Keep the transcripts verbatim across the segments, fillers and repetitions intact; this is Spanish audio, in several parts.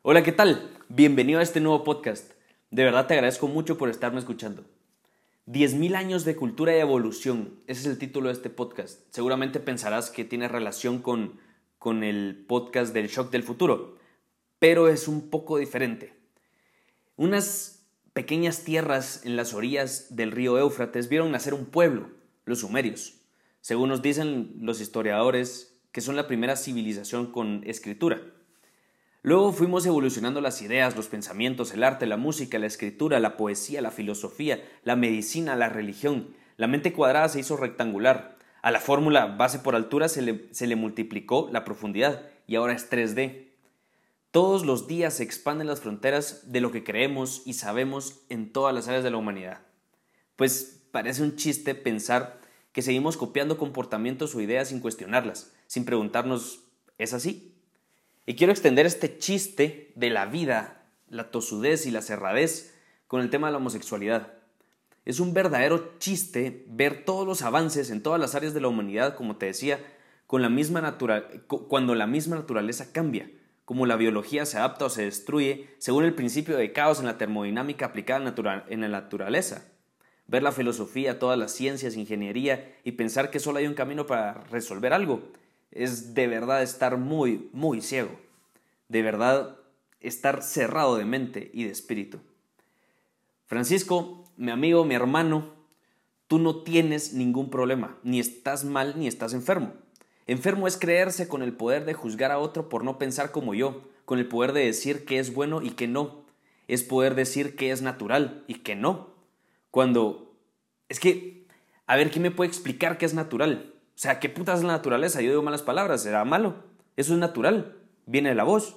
Hola, ¿qué tal? Bienvenido a este nuevo podcast. De verdad te agradezco mucho por estarme escuchando. diez mil años de cultura y evolución. Ese es el título de este podcast. Seguramente pensarás que tiene relación con, con el podcast del Shock del Futuro, pero es un poco diferente. Unas pequeñas tierras en las orillas del río Éufrates vieron nacer un pueblo, los sumerios. Según nos dicen los historiadores, que son la primera civilización con escritura. Luego fuimos evolucionando las ideas, los pensamientos, el arte, la música, la escritura, la poesía, la filosofía, la medicina, la religión. La mente cuadrada se hizo rectangular. A la fórmula base por altura se le, se le multiplicó la profundidad y ahora es tres D. Todos los días se expanden las fronteras de lo que creemos y sabemos en todas las áreas de la humanidad. Pues parece un chiste pensar que seguimos copiando comportamientos o ideas sin cuestionarlas, sin preguntarnos, ¿es así? Y quiero extender este chiste de la vida, la tosudez y la cerradez con el tema de la homosexualidad. Es un verdadero chiste ver todos los avances en todas las áreas de la humanidad, como te decía, con la misma natural, cuando la misma naturaleza cambia, como la biología se adapta o se destruye según el principio de caos en la termodinámica aplicada en la naturaleza. Ver la filosofía, todas las ciencias, ingeniería y pensar que solo hay un camino para resolver algo es de verdad estar muy, muy ciego. De verdad estar cerrado de mente y de espíritu. Francisco, mi amigo, mi hermano, tú no tienes ningún problema. Ni estás mal ni estás enfermo. Enfermo es creerse con el poder de juzgar a otro por no pensar como yo, con el poder de decir que es bueno y que no. Es poder decir que es natural y que no. Cuando... Es que... A ver, ¿quién me puede explicar qué es natural? O sea, ¿qué putas es la naturaleza? Yo digo malas palabras, ¿será malo? Eso es natural, viene de la voz.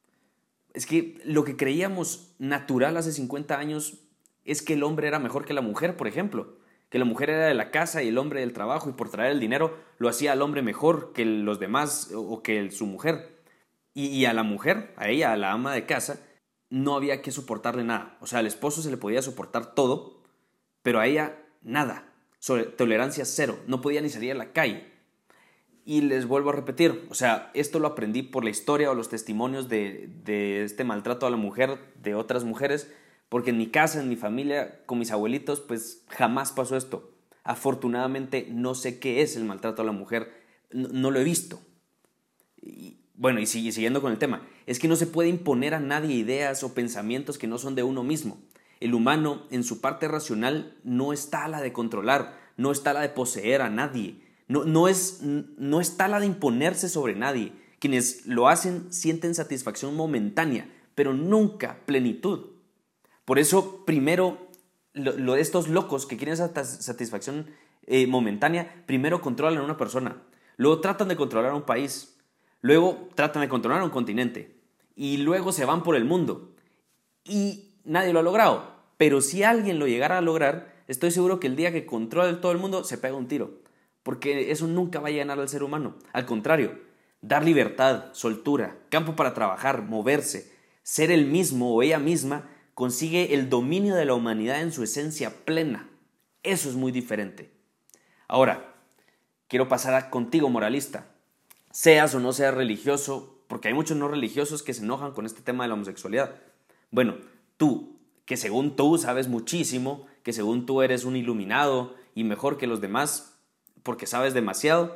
Es que lo que creíamos natural hace cincuenta años es que el hombre era mejor que la mujer, por ejemplo. Que la mujer era de la casa y el hombre del trabajo y por traer el dinero lo hacía al hombre mejor que los demás o que su mujer. Y, y a la mujer, a ella, a la ama de casa, no había que soportarle nada. O sea, al esposo se le podía soportar todo, pero a ella nada. Sobre tolerancia cero, no podía ni salir a la calle. Y les vuelvo a repetir, o sea, esto lo aprendí por la historia o los testimonios de, de este maltrato a la mujer de otras mujeres, porque en mi casa, en mi familia, con mis abuelitos, pues jamás pasó esto. Afortunadamente no sé qué es el maltrato a la mujer, no, no lo he visto. Y, bueno, y siguiendo con el tema, es que no se puede imponer a nadie ideas o pensamientos que no son de uno mismo. El humano, en su parte racional, no está la de controlar, no está la de poseer a nadie, no, no, es, no está la de imponerse sobre nadie. Quienes lo hacen sienten satisfacción momentánea, pero nunca plenitud. Por eso, primero, lo, lo de estos locos que quieren esa satisfacción eh, momentánea, primero controlan a una persona, luego tratan de controlar a un país, luego tratan de controlar a un continente, y luego se van por el mundo. Y nadie lo ha logrado, pero si alguien lo llegara a lograr, estoy seguro que el día que controle todo el mundo se pega un tiro, porque eso nunca va a llenar al ser humano. Al contrario, dar libertad, soltura, campo para trabajar, moverse, ser él mismo o ella misma, consigue el dominio de la humanidad en su esencia plena. Eso es muy diferente. Ahora, quiero pasar a contigo, moralista. Seas o no seas religioso, porque hay muchos no religiosos que se enojan con este tema de la homosexualidad. Bueno, tú, que según tú sabes muchísimo, que según tú eres un iluminado y mejor que los demás porque sabes demasiado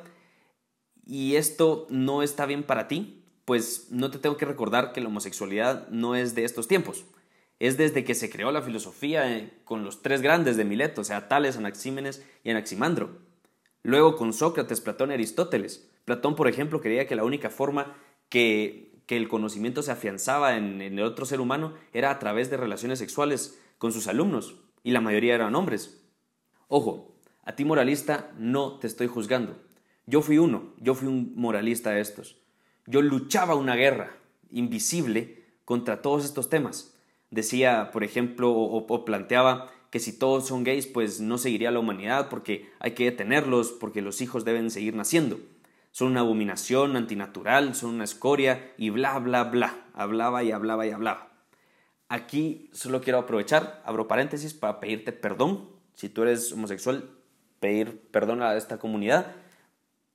y esto no está bien para ti, pues no te tengo que recordar que la homosexualidad no es de estos tiempos. Es desde que se creó la filosofía con los tres grandes de Mileto, o sea, Tales, Anaxímenes y Anaximandro. Luego con Sócrates, Platón y Aristóteles. Platón, por ejemplo, creía que la única forma que... que el conocimiento se afianzaba en, en el otro ser humano era a través de relaciones sexuales con sus alumnos, y la mayoría eran hombres. Ojo, a ti moralista no te estoy juzgando. Yo fui uno, yo fui un moralista de estos. Yo luchaba una guerra invisible contra todos estos temas. Decía, por ejemplo, o, o planteaba que si todos son gays, pues no seguiría la humanidad porque hay que detenerlos, porque los hijos deben seguir naciendo. Son una abominación antinatural, son una escoria y bla, bla, bla. Hablaba y hablaba y hablaba. Aquí solo quiero aprovechar, abro paréntesis, para pedirte perdón. Si tú eres homosexual, pedir perdón a esta comunidad,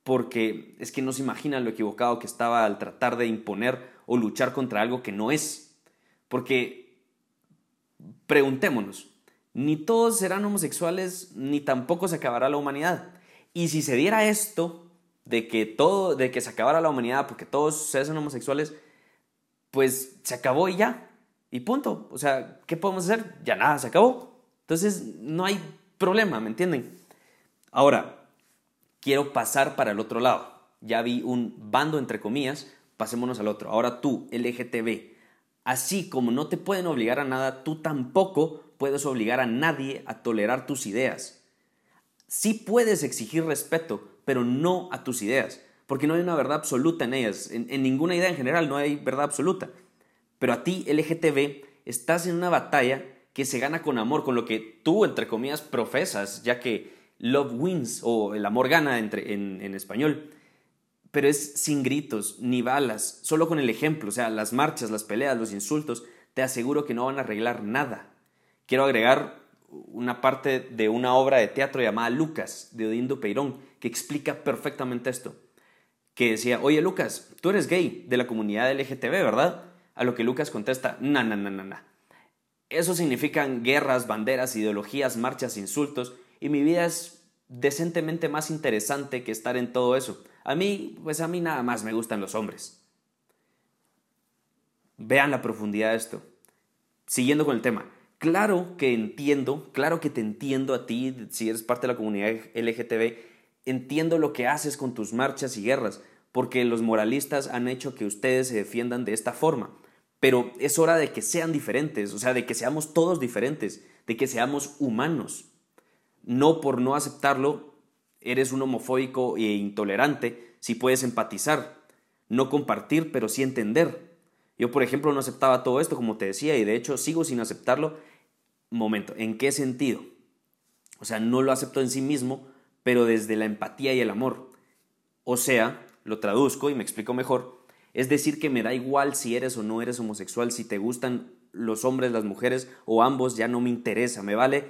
porque es que no se imaginan lo equivocado que estaba al tratar de imponer o luchar contra algo que no es. Porque preguntémonos, ni todos serán homosexuales, ni tampoco se acabará la humanidad. Y si se diera esto, de que, todo, de que se acabara la humanidad porque todos se hacen homosexuales, pues se acabó y ya, y punto. O sea, ¿qué podemos hacer? Ya nada, se acabó. Entonces no hay problema, ¿me entienden? Ahora, quiero pasar para el otro lado. Ya vi un bando entre comillas, pasémonos al otro. Ahora tú, L G T B, así como no te pueden obligar a nada, tú tampoco puedes obligar a nadie a tolerar tus ideas. Sí puedes exigir respeto, pero no a tus ideas, porque no hay una verdad absoluta en ellas. En, en ninguna idea en general no hay verdad absoluta. Pero a ti, L G T B, estás en una batalla que se gana con amor, con lo que tú, entre comillas, profesas, ya que love wins, o el amor gana entre, en, en español. Pero es sin gritos, ni balas, solo con el ejemplo. O sea, las marchas, las peleas, los insultos, te aseguro que no van a arreglar nada. Quiero agregar una parte de una obra de teatro llamada Lucas, de Odindo Peirón, que explica perfectamente esto. Que decía, oye Lucas, tú eres gay de la comunidad L G T B, ¿verdad? A lo que Lucas contesta, na, na, na, na, na. Eso significan guerras, banderas, ideologías, marchas, insultos, y mi vida es decentemente más interesante que estar en todo eso. A mí, pues a mí nada más me gustan los hombres. Vean la profundidad de esto. Siguiendo con el tema. Claro que entiendo, claro que te entiendo a ti, si eres parte de la comunidad L G T B, entiendo lo que haces con tus marchas y guerras, porque los moralistas han hecho que ustedes se defiendan de esta forma. Pero es hora de que sean diferentes, o sea, de que seamos todos diferentes, de que seamos humanos. No por no aceptarlo, eres un homofóbico e intolerante, si puedes empatizar, no compartir, pero sí entender. Yo, por ejemplo, no aceptaba todo esto, como te decía, y de hecho sigo sin aceptarlo. Momento, ¿en qué sentido? O sea, no lo acepto en sí mismo, pero desde la empatía y el amor. O sea, lo traduzco y me explico mejor. Es decir, que me da igual si eres o no eres homosexual, si te gustan los hombres, las mujeres o ambos, ya no me interesa. Me vale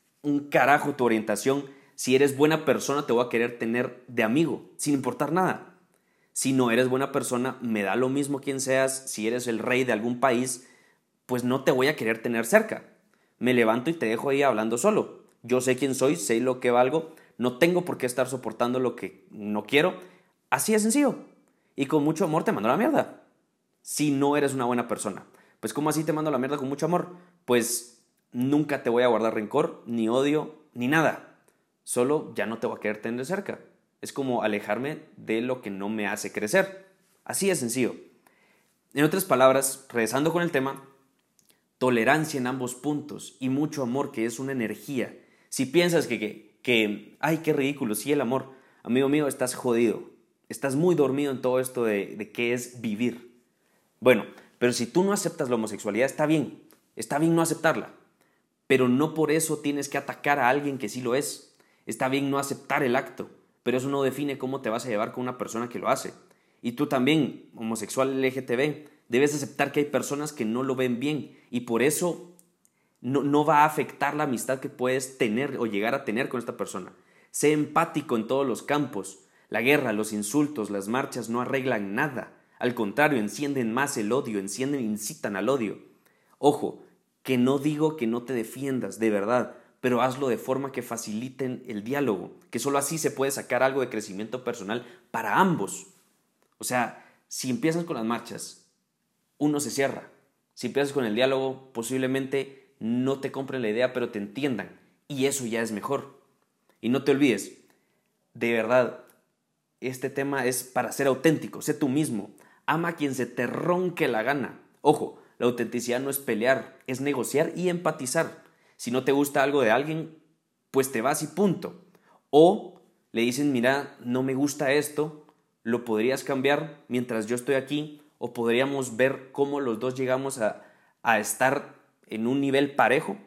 un carajo tu orientación. Si eres buena persona, te voy a querer tener de amigo, sin importar nada. Si no eres buena persona, me da lo mismo quién seas. Si eres el rey de algún país, pues no te voy a querer tener cerca. Me levanto y te dejo ahí hablando solo. Yo sé quién soy, sé lo que valgo. No tengo por qué estar soportando lo que no quiero. Así de sencillo. Y con mucho amor te mando a la mierda. Si no eres una buena persona. Pues ¿cómo así te mando a la mierda con mucho amor? Pues nunca te voy a guardar rencor, ni odio, ni nada. Solo ya no te voy a querer tener cerca. Es como alejarme de lo que no me hace crecer. Así de sencillo. En otras palabras, regresando con el tema, tolerancia en ambos puntos y mucho amor, que es una energía. Si piensas que, que, que ay, qué ridículo, sí, el amor, amigo mío, estás jodido. Estás muy dormido en todo esto de, de qué es vivir. Bueno, pero si tú no aceptas la homosexualidad, está bien. Está bien no aceptarla. Pero no por eso tienes que atacar a alguien que sí lo es. Está bien no aceptar el acto, pero eso no define cómo te vas a llevar con una persona que lo hace. Y tú también, homosexual L G T B, debes aceptar que hay personas que no lo ven bien y por eso no, no va a afectar la amistad que puedes tener o llegar a tener con esta persona. Sé empático en todos los campos. La guerra, los insultos, las marchas no arreglan nada. Al contrario, encienden más el odio, encienden, incitan al odio. Ojo, que no digo que no te defiendas, de verdad, pero hazlo de forma que faciliten el diálogo, que solo así se puede sacar algo de crecimiento personal para ambos. O sea, si empiezas con las marchas, uno se cierra. Si empiezas con el diálogo, posiblemente no te compren la idea, pero te entiendan. Y eso ya es mejor. Y no te olvides, de verdad, este tema es para ser auténtico, sé tú mismo. Ama a quien se te ronque la gana. Ojo, la autenticidad no es pelear, es negociar y empatizar. Si no te gusta algo de alguien, pues te vas y punto. O le dicen, mira, no me gusta esto, lo podrías cambiar mientras yo estoy aquí, o podríamos ver cómo los dos llegamos a, a estar en un nivel parejo.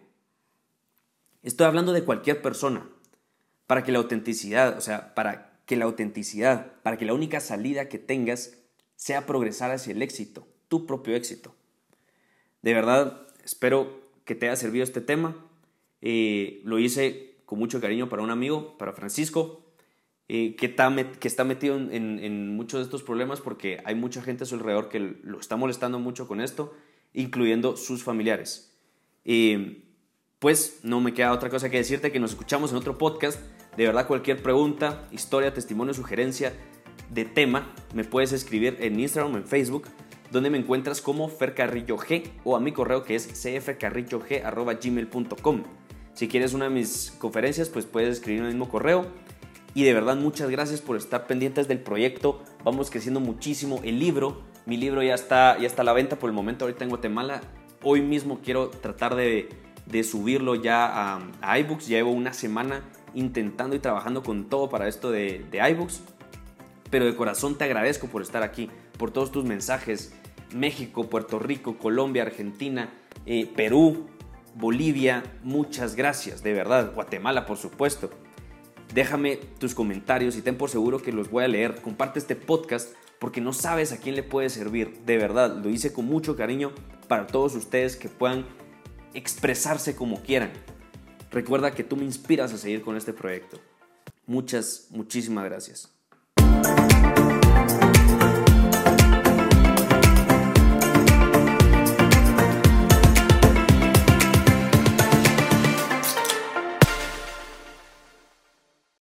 Estoy hablando de cualquier persona, para que la autenticidad, o sea, para que la autenticidad, para que la única salida que tengas sea progresar hacia el éxito, tu propio éxito. De verdad, espero que te haya servido este tema. Eh, lo hice con mucho cariño para un amigo, para Francisco, eh, que, está met- que está metido en, en, en muchos de estos problemas porque hay mucha gente a su alrededor que lo está molestando mucho con esto incluyendo sus familiares. Y pues no me queda otra cosa que decirte que nos escuchamos en otro podcast. De verdad, cualquier pregunta, historia, testimonio, sugerencia de tema, me puedes escribir en Instagram o en Facebook, donde me encuentras como Fer Carrillo G, o a mi correo que es c f carrillo g arroba gmail punto com. Si quieres una de mis conferencias, pues puedes escribir en el mismo correo. Y de verdad, muchas gracias por estar pendientes del proyecto. Vamos creciendo muchísimo. El libro, mi libro ya está, ya está a la venta por el momento ahorita en Guatemala. Hoy mismo quiero tratar de, de subirlo ya a, a iBooks. Ya llevo una semana intentando y trabajando con todo para esto de, de iBooks. Pero de corazón te agradezco por estar aquí, por todos tus mensajes. México, Puerto Rico, Colombia, Argentina, eh, Perú, Bolivia, muchas gracias, de verdad. Guatemala, por supuesto. Déjame tus comentarios y ten por seguro que los voy a leer. Comparte este podcast porque no sabes a quién le puede servir. De verdad, lo hice con mucho cariño para todos ustedes que puedan expresarse como quieran. Recuerda que tú me inspiras a seguir con este proyecto. Muchas, muchísimas gracias.